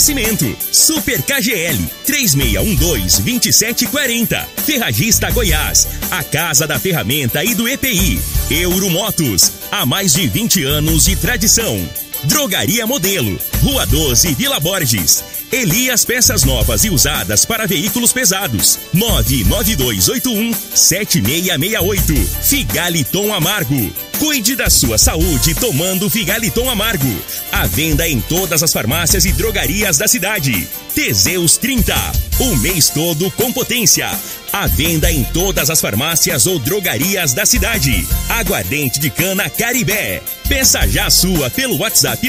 Oferecimento Super KGL 3612-2740. Ferragista Goiás, a casa da ferramenta e do EPI. Euromotos, há mais de 20 anos de tradição. Drogaria Modelo, Rua 12, Vila Borges. Elias Peças Novas e Usadas para Veículos Pesados. 99281-7668. Figaliton Amargo. Cuide da sua saúde tomando Figaliton Amargo. À venda em todas as farmácias e drogarias da cidade. Teseus 30. O mês todo com potência. À venda em todas as farmácias ou drogarias da cidade. Aguardente de cana Caribé. Peça já a sua pelo WhatsApp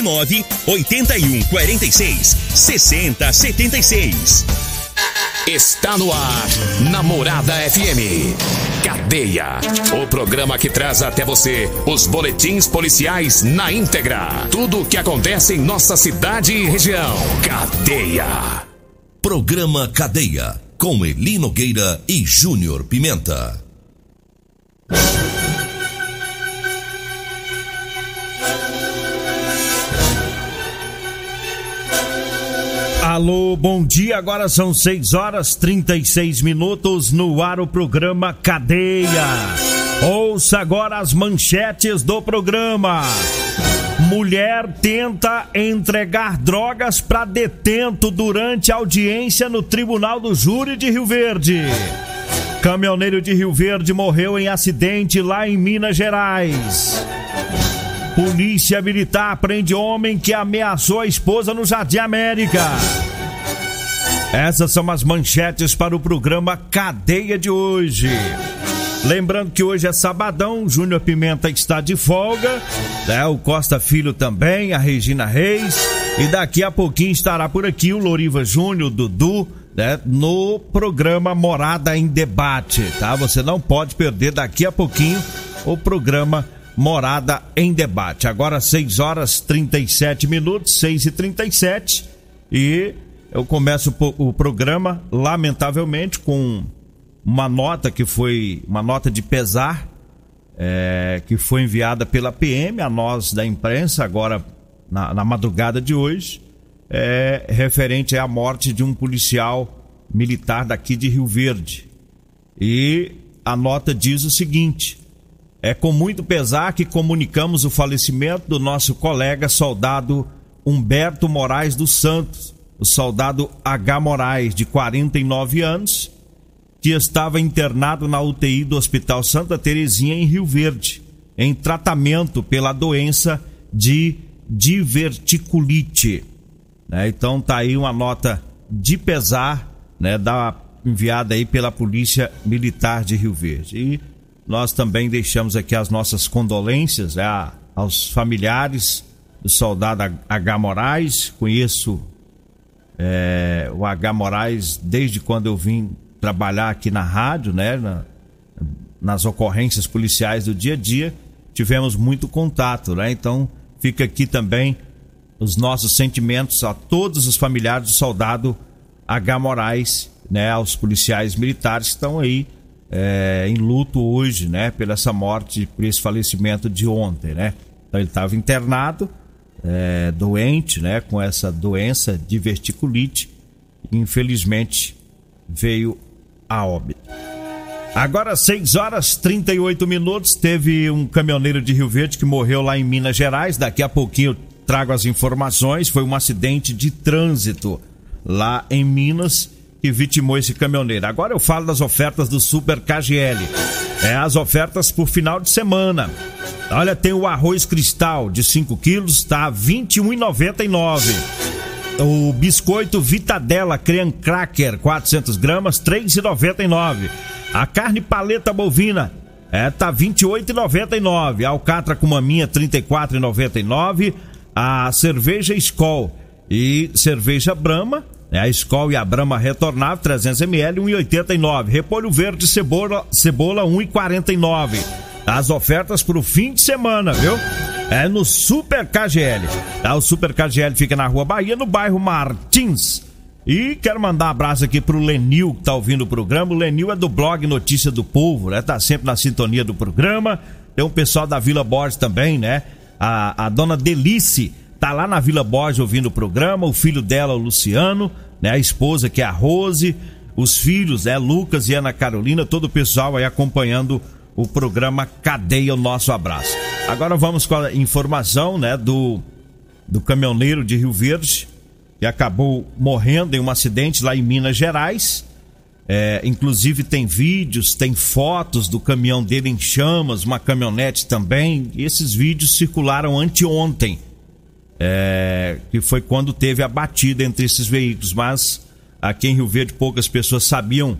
98146-6076. Está no ar, Namorada FM. Cadeia, o programa que traz até você os boletins policiais na íntegra. Tudo o que acontece em nossa cidade e região. Cadeia. Programa Cadeia, com Eli Nogueira e Júnior Pimenta. Alô, bom dia, agora são 6h36, no ar o programa Cadeia. Ouça agora as manchetes do programa. Mulher tenta entregar drogas para detento durante audiência no Tribunal do Júri de Rio Verde. Caminhoneiro de Rio Verde morreu em acidente lá em Minas Gerais. Polícia Militar prende homem que ameaçou a esposa no Jardim América. Essas são as manchetes para o programa Cadeia de hoje. Lembrando que hoje é sabadão, Júnior Pimenta está de folga, né? O Costa Filho também, a Regina Reis. E daqui a pouquinho estará por aqui o Loriva Júnior, o Dudu, né? No programa Morada em Debate, tá? Você não pode perder daqui a pouquinho o programa Morada em Debate. Agora 6h37, 6h37, e eu começo o programa, lamentavelmente, com uma nota que foi uma nota de pesar, que foi enviada pela PM a nós da imprensa agora na madrugada de hoje, referente à morte de um policial militar daqui de Rio Verde. E a nota diz o seguinte: é com muito pesar que comunicamos o falecimento do nosso colega soldado Humberto Moraes dos Santos, o soldado H. Moraes, de 49 anos, que estava internado na UTI do Hospital Santa Terezinha, em Rio Verde, em tratamento pela doença de diverticulite. Então tá aí uma nota de pesar, né, enviada aí pela Polícia Militar de Rio Verde. E nós também deixamos aqui as nossas condolências, aos familiares do soldado H. Moraes. Conheço o H. Moraes desde quando eu vim trabalhar aqui na rádio, né? Nas ocorrências policiais do dia a dia, tivemos muito contato, né? Então fica aqui também os nossos sentimentos a todos os familiares do soldado H. Moraes, né? Aos policiais militares que estão aí em luto hoje, né? Por essa morte, por esse falecimento de ontem, né? Então ele estava internado, doente, né? Com essa doença de diverticulite, e infelizmente veio a óbito. Agora 6h38, teve um caminhoneiro de Rio Verde que morreu lá em Minas Gerais. Daqui a pouquinho eu trago as informações. Foi um acidente de trânsito lá em Minas que vitimou esse caminhoneiro. Agora eu falo das ofertas do Super KGL. As ofertas por final de semana. Olha, tem o arroz cristal de 5 quilos, tá R$ 21,99. O biscoito Vitadella Cream Cracker 400 gramas, R$ 3,99. A carne paleta bovina tá R$ 28,99. A alcatra com maminha, R$ 34,99. A cerveja Skol e cerveja Brahma, a Skol e a Brahma retornável 300 ml, R$ 1,89. Repolho verde cebola R$ 1,49. As ofertas pro fim de semana, viu? No Super KGL. O Super KGL fica na Rua Bahia, no bairro Martins. E quero mandar um abraço aqui pro Lenil, que tá ouvindo o programa. O Lenil é do blog Notícia do Povo, né? Tá sempre na sintonia do programa. Tem um pessoal da Vila Borges também, né? A dona Delice tá lá na Vila Borges ouvindo o programa, o filho dela, o Luciano, né? A esposa, que é a Rose, os filhos, Lucas e Ana Carolina, todo o pessoal aí acompanhando o programa Cadeia, o nosso abraço. Agora vamos com a informação, né, do caminhoneiro de Rio Verde, que acabou morrendo em um acidente lá em Minas Gerais. Inclusive tem vídeos, tem fotos do caminhão dele em chamas, uma caminhonete também. E esses vídeos circularam anteontem, que foi quando teve a batida entre esses veículos. Mas aqui em Rio Verde poucas pessoas sabiam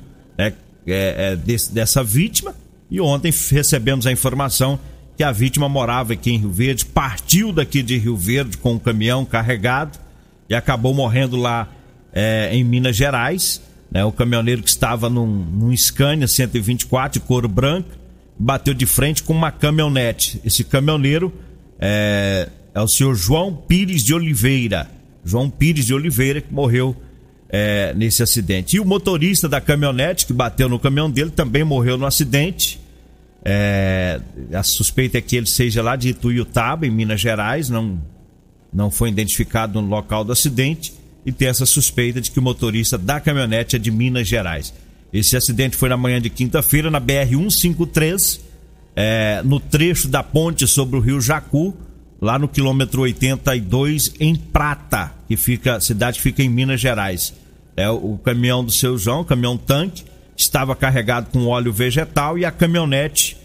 dessa vítima. E ontem recebemos a informação que a vítima morava aqui em Rio Verde, partiu daqui de Rio Verde com um caminhão carregado e acabou morrendo lá em Minas Gerais. O caminhoneiro que estava num Scania 124 de couro branco, bateu de frente com uma caminhonete. Esse caminhoneiro é o senhor João Pires de Oliveira. João Pires de Oliveira, que morreu nesse acidente. E o motorista da caminhonete que bateu no caminhão dele também morreu no acidente. A suspeita é que ele seja lá de Ituiutaba, em Minas Gerais. Não foi identificado no local do acidente. E tem essa suspeita de que o motorista da caminhonete é de Minas Gerais. Esse acidente foi na manhã de quinta-feira na BR-153, no trecho da ponte sobre o rio Jacu, lá no quilômetro 82, em Prata, a cidade fica em Minas Gerais. O caminhão do seu João, o caminhão tanque, estava carregado com óleo vegetal e a caminhonete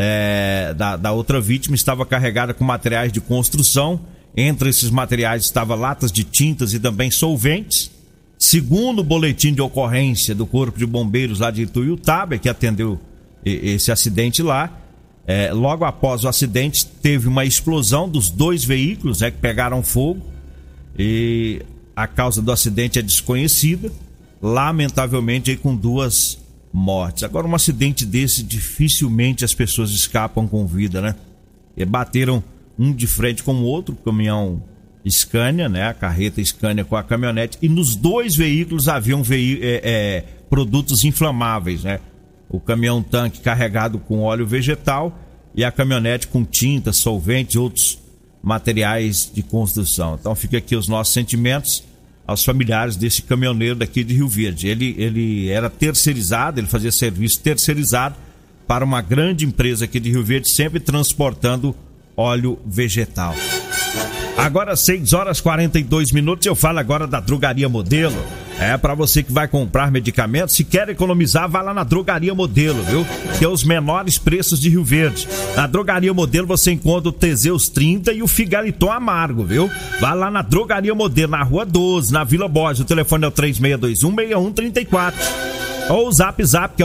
da outra vítima estava carregada com materiais de construção. Entre esses materiais estavam latas de tintas e também solventes. Segundo o boletim de ocorrência do Corpo de Bombeiros lá de Ituiutaba, que atendeu esse acidente lá, logo após o acidente teve uma explosão dos dois veículos que pegaram fogo, e a causa do acidente é desconhecida, lamentavelmente com 2 mortes. Agora, um acidente desse, dificilmente as pessoas escapam com vida, né? E bateram um de frente com o outro, o caminhão Scania, né? A carreta Scania com a caminhonete, e nos dois veículos haviam produtos inflamáveis, né? O caminhão tanque carregado com óleo vegetal e a caminhonete com tinta, solventes e outros materiais de construção. Então fica aqui os nossos sentimentos aos familiares desse caminhoneiro daqui de Rio Verde. Ele era terceirizado, ele fazia serviço terceirizado para uma grande empresa aqui de Rio Verde, sempre transportando óleo vegetal. Agora 6h42, eu falo agora da Drogaria Modelo. Para você que vai comprar medicamentos, se quer economizar, vai lá na Drogaria Modelo, viu? Que é os menores preços de Rio Verde. Na Drogaria Modelo você encontra o Teseus 30 e o Figaliton Amargo, viu? Vai lá na Drogaria Modelo, na Rua 12, na Vila Borges. O telefone é o 3621-6134. Ou o Zap, que é o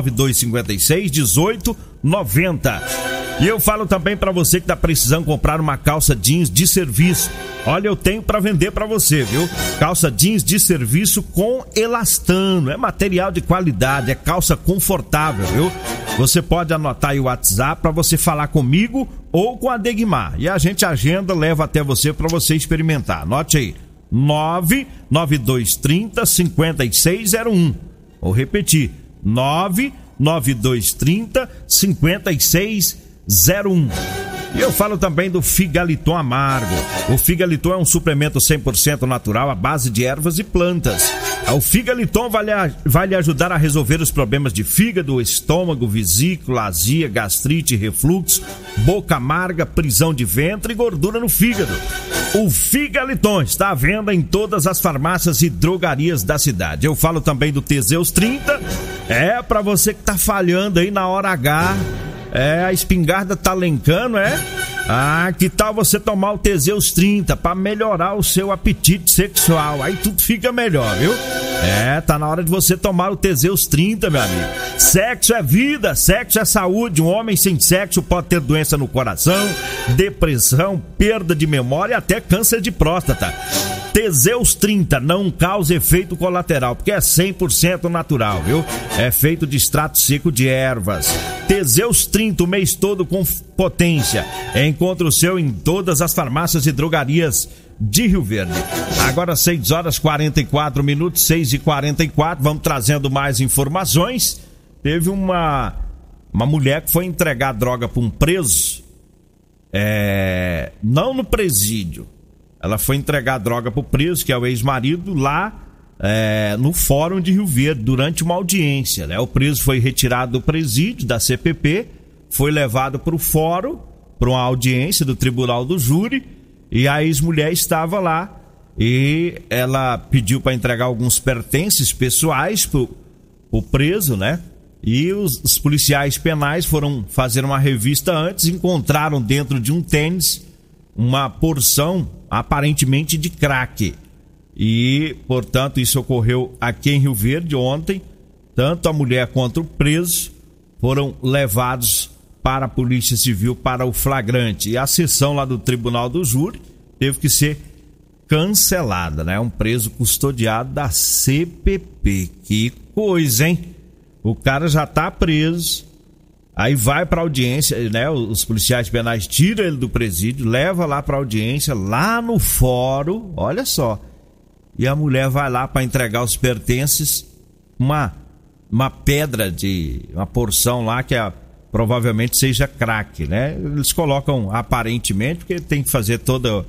99256-1890. E eu falo também para você que tá precisando comprar uma calça jeans de serviço. Olha, eu tenho para vender para você, viu? Calça jeans de serviço com elastano, é material de qualidade, é calça confortável, viu? Você pode anotar aí o WhatsApp para você falar comigo ou com a Degmar. E a gente agenda, leva até você para você experimentar. Anote aí, 99230-5601. Vou repetir, 99230-5601. E eu falo também do Figaliton Amargo. O Figaliton é um suplemento 100% natural à base de ervas e plantas. O Figaliton vai lhe ajudar a resolver os problemas de fígado, estômago, vesícula, azia, gastrite, refluxo, boca amarga, prisão de ventre e gordura no fígado. O Figaliton está à venda em todas as farmácias e drogarias da cidade. Eu falo também do Teseus 30. Para você que tá falhando aí na hora H. A espingarda tá lencando, que tal você tomar o Teseus 30 para melhorar o seu apetite sexual? Aí tudo fica melhor, viu? Tá na hora de você tomar o Teseus 30, meu amigo. Sexo é vida, sexo é saúde. Um homem sem sexo pode ter doença no coração, depressão, perda de memória e até câncer de próstata. Teseus 30 não causa efeito colateral, porque é 100% natural, viu? É feito de extrato seco de ervas. Teseus 30 o mês todo com potência. Encontra o seu em todas as farmácias e drogarias de Rio Verde. Agora 6h44, 6h44, vamos trazendo mais informações. Teve uma mulher que foi entregar droga para um preso, não no presídio, ela foi entregar a droga pro preso, que é o ex-marido, lá no Fórum de Rio Verde, durante uma audiência, né? O preso foi retirado do presídio da CPP, foi levado para o fórum, para uma audiência do Tribunal do Júri, e a ex-mulher estava lá e ela pediu para entregar alguns pertences pessoais pro preso, né? E os policiais penais foram fazer uma revista antes, encontraram dentro de um tênis uma porção aparentemente de crack. E, portanto, isso ocorreu aqui em Rio Verde ontem. Tanto a mulher quanto o preso foram levados para a Polícia Civil para o flagrante. E a sessão lá do Tribunal do Júri teve que ser cancelada, né? Um preso custodiado da CPP. Que coisa, hein? O cara já tá preso, aí vai pra audiência, né? Os policiais penais tiram ele do presídio, leva lá pra audiência, lá no fórum, olha só. E a mulher vai lá para entregar os pertences, uma pedra uma porção lá que provavelmente seja crack, né? Eles colocam aparentemente, porque tem que fazer todo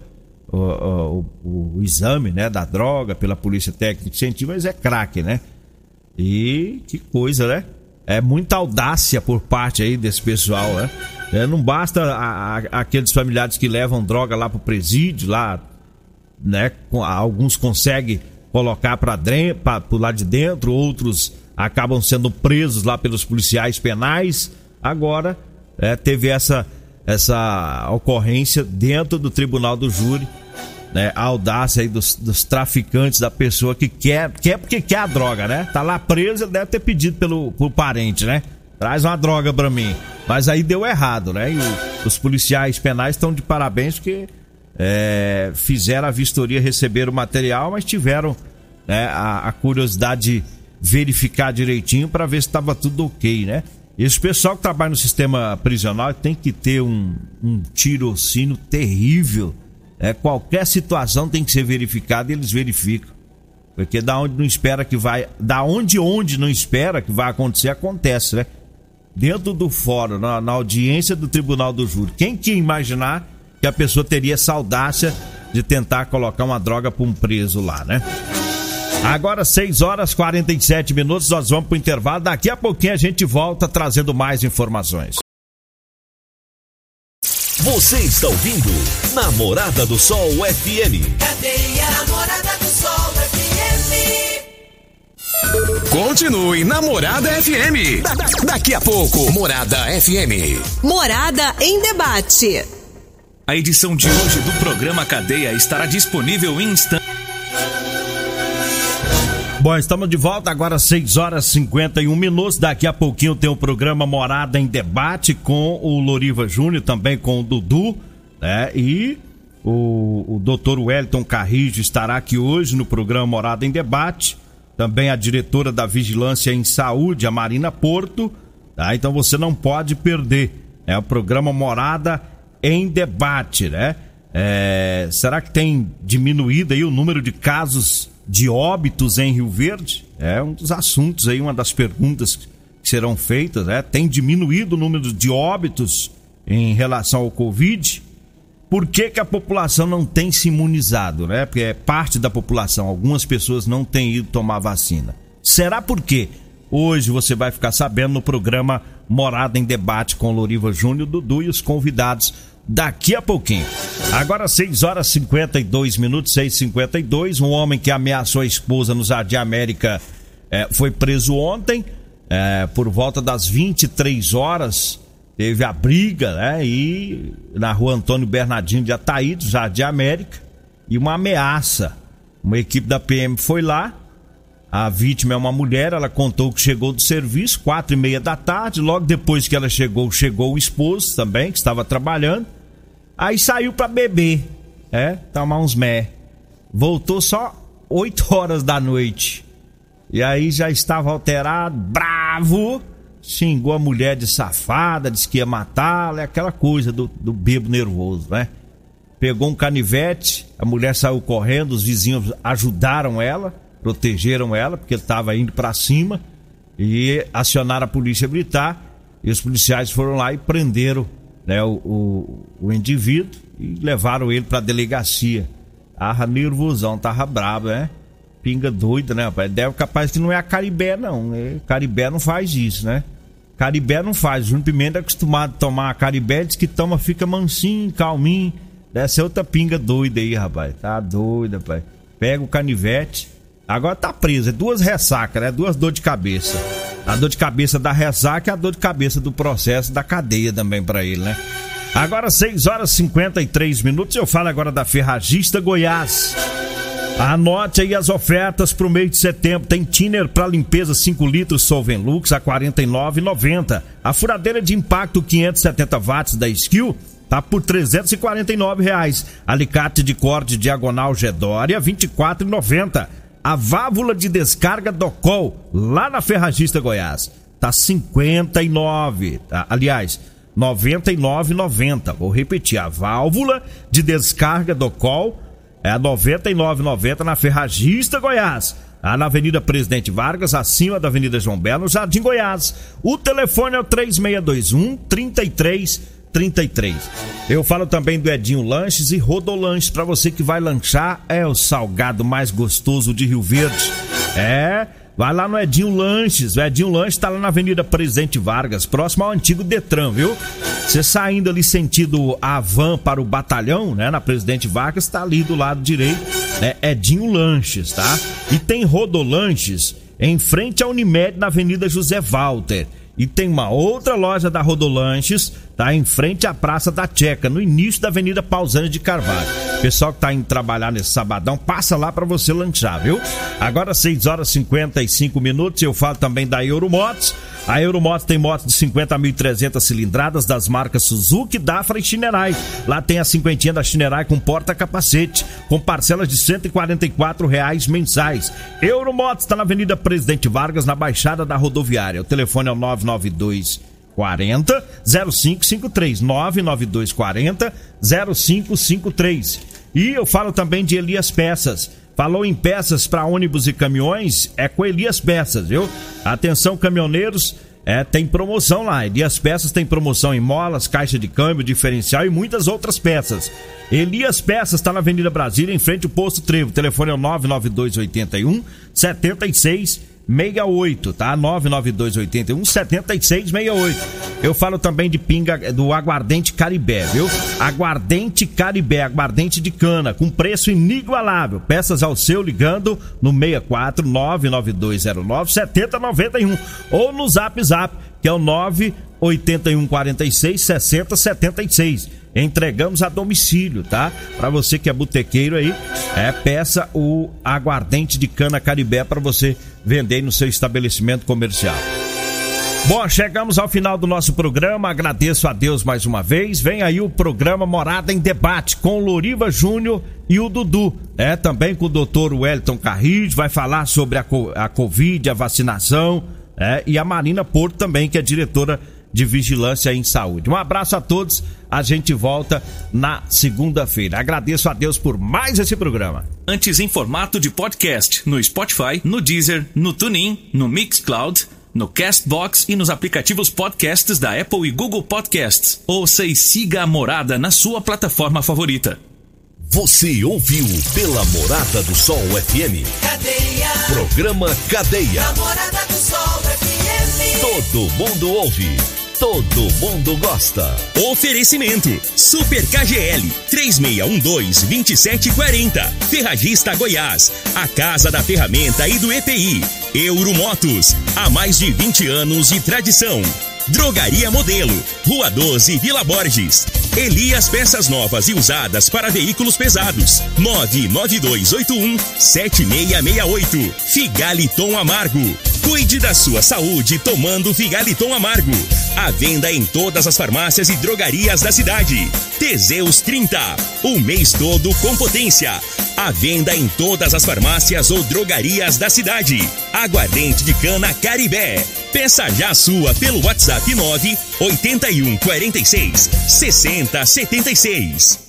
o exame, né, da droga pela Polícia Técnica Científica, mas é crack, né? E que coisa, né? É muita audácia por parte aí desse pessoal, né? Não basta aqueles familiares que levam droga lá pro presídio, lá, né? Alguns conseguem colocar pro lado de dentro, outros acabam sendo presos lá pelos policiais penais. Agora teve essa ocorrência dentro do Tribunal do Júri, né? A audácia aí dos traficantes, da pessoa que quer porque quer a droga, né? Tá lá preso, ele deve ter pedido pro parente, né? Traz uma droga pra mim. Mas aí deu errado, né? E os policiais penais estão de parabéns porque fizeram a vistoria, receberam o material, mas tiveram, né, a curiosidade de verificar direitinho para ver se estava tudo ok, né? Esse pessoal que trabalha no sistema prisional tem que ter um tirocínio terrível. Qualquer situação tem que ser verificada e eles verificam. Porque da onde não espera que vai. Da onde não espera que vai acontecer, acontece, né? Dentro do fórum, na audiência do Tribunal do Júri. Quem que ia imaginar que a pessoa teria essa audácia de tentar colocar uma droga para um preso lá, né? Agora 6h47, nós vamos pro intervalo. Daqui a pouquinho a gente volta trazendo mais informações. Você está ouvindo Namorada do Sol FM. Cadê a Namorada do Sol FM? Continue Namorada FM. Daqui a pouco, Morada FM. Morada em debate. A edição de hoje do programa Cadeia estará disponível em instantes. Bom, estamos de volta agora 6h51. Daqui a pouquinho tem o programa Morada em Debate com o Loriva Júnior, também com o Dudu, né? E o Dr. Wellington Carrijo estará aqui hoje no programa Morada em Debate. Também a diretora da Vigilância em Saúde, a Marina Porto, tá? Então você não pode perder. É o programa Morada em Debate, né? Será que tem diminuído aí o número de casos de óbitos em Rio Verde? É um dos assuntos aí, uma das perguntas que serão feitas, né? Tem diminuído o número de óbitos em relação ao Covid? Por que a população não tem se imunizado, né? Porque é parte da população, algumas pessoas não têm ido tomar vacina. Será por quê? Hoje você vai ficar sabendo no programa Morada em Debate com Loriva Júnior, Dudu e os convidados daqui a pouquinho. Agora 6h52, 6h52, um homem que ameaçou a esposa no Jardim América foi preso ontem, por volta das 23 horas, teve a briga, né? E na rua Antônio Bernardino de Ataíde, Jardim América, e uma ameaça. Uma equipe da PM foi lá, a vítima é uma mulher, ela contou que chegou do serviço 4h30 da tarde, logo depois que ela chegou o esposo também, que estava trabalhando. Aí saiu pra beber, tomar uns mé. Voltou só 8 horas da noite. E aí já estava alterado, bravo, xingou a mulher de safada, disse que ia matá-la, aquela coisa do bebo nervoso, né? Pegou um canivete, a mulher saiu correndo, os vizinhos ajudaram ela, protegeram ela, porque ele estava indo pra cima, e acionaram a polícia militar, e os policiais foram lá e prenderam, né, o indivíduo e levaram ele para a delegacia. nervosão, tava brabo, né? Pinga doida, né, rapaz? Deve capaz que não é a Caribé, não. Caribé não faz isso, né? Caribé não faz. Júnior Pimenta é acostumado a tomar a Caribé, diz que toma, fica mansinho, calminho. Deve ser outra pinga doida aí, rapaz. Tá doida, rapaz. Pega o canivete. Agora tá preso. É 2 ressacas, né? 2 dor de cabeça. A dor de cabeça da ressaca e a dor de cabeça do processo da cadeia também pra ele, né? Agora 6 horas e 53 minutos. Eu falo agora da Ferragista Goiás. Anote aí as ofertas pro mês de setembro. Tem thinner para limpeza 5 litros Solvenlux a R$ 49,90. A furadeira de impacto 570 watts da Skill tá por R$ 349. Alicate de corte diagonal Gedória R$ 24,90. A válvula de descarga Docol lá na Ferragista Goiás tá R$ 59. Tá? Aliás, R$ 99,90. Vou repetir, a válvula de descarga Docol é a R$ 99,90 na Ferragista Goiás. Na Avenida Presidente Vargas, acima da Avenida João Belo, no Jardim Goiás. O telefone é o 3621-3333. Eu falo também do Edinho Lanches e Rodolanches. Para você que vai lanchar, é o salgado mais gostoso de Rio Verde. Vai lá no Edinho Lanches. O Edinho Lanches tá lá na Avenida Presidente Vargas, próximo ao antigo Detran, viu? Você saindo ali sentido a van para o batalhão, né? Na Presidente Vargas, tá ali do lado direito, né? Edinho Lanches, tá? E tem Rodolanches em frente à Unimed na Avenida José Walter. E tem uma outra loja da Rodolanches, tá? Em frente à Praça da Checa, no início da Avenida Pausânia de Carvalho. Pessoal que tá indo trabalhar nesse sabadão, passa lá pra você lanchar, viu? Agora 6 horas e 55 minutos, eu falo também da Euromotos. A Euromotos tem motos de 50.300 cilindradas das marcas Suzuki, Dafra e Shinerai. Lá tem a cinquentinha da Shinerai com porta-capacete, com parcelas de R$ 144,00 mensais. Euromotos está na Avenida Presidente Vargas, na Baixada da Rodoviária. O telefone é o 99240-0553. 99240-0553. E eu falo também de Elias Peças. Falou em peças para ônibus e caminhões, é com Elias Peças, viu? Atenção, caminhoneiros, tem promoção lá. Elias Peças tem promoção em molas, caixa de câmbio, diferencial e muitas outras peças. Elias Peças está na Avenida Brasília, em frente ao Posto Trevo. O telefone é o 99281-7668, tá? 99281-7668. Eu falo também de pinga do aguardente Caribé, viu? Aguardente Caribé, aguardente de cana, com preço inigualável. Peças ao seu ligando no 64 99209 7091 ou no Zap, que é o 98146 6076. Entregamos a domicílio, tá? Para você que é botequeiro aí, peça o aguardente de cana Caribé para você vender no seu estabelecimento comercial. Bom, chegamos ao final do nosso programa, agradeço a Deus mais uma vez. Vem aí o programa Morada em Debate com o Loriva Júnior e o Dudu, também com o doutor Wellington Carride, vai falar sobre a Covid, a vacinação, e a Marina Porto também, que é diretora de Vigilância em Saúde. Um abraço a todos, a gente volta na segunda-feira. Agradeço a Deus por mais esse programa. Antes em formato de podcast, no Spotify, no Deezer, no TuneIn, no Mixcloud, no Castbox e nos aplicativos podcasts da Apple e Google Podcasts. Ouça e siga a Morada na sua plataforma favorita. Você ouviu pela Morada do Sol FM. Cadeia. Programa Cadeia. Morada do Sol FM. Todo mundo ouve. Todo mundo gosta. Oferecimento Super KGL 3612-2740. Ferragista Goiás, a casa da ferramenta e do EPI. Euromotos, há mais de 20 anos de tradição. Drogaria Modelo, Rua 12, Vila Borges. Elias Peças Novas e Usadas para Veículos Pesados. 99281-7668. Figaliton Amargo. Cuide da sua saúde tomando Figaliton Amargo. À venda em todas as farmácias e drogarias da cidade. Teseus 30, o mês todo com potência. À venda em todas as farmácias ou drogarias da cidade. Aguardente de cana Caribé. Peça já a sua pelo WhatsApp 98146 6076.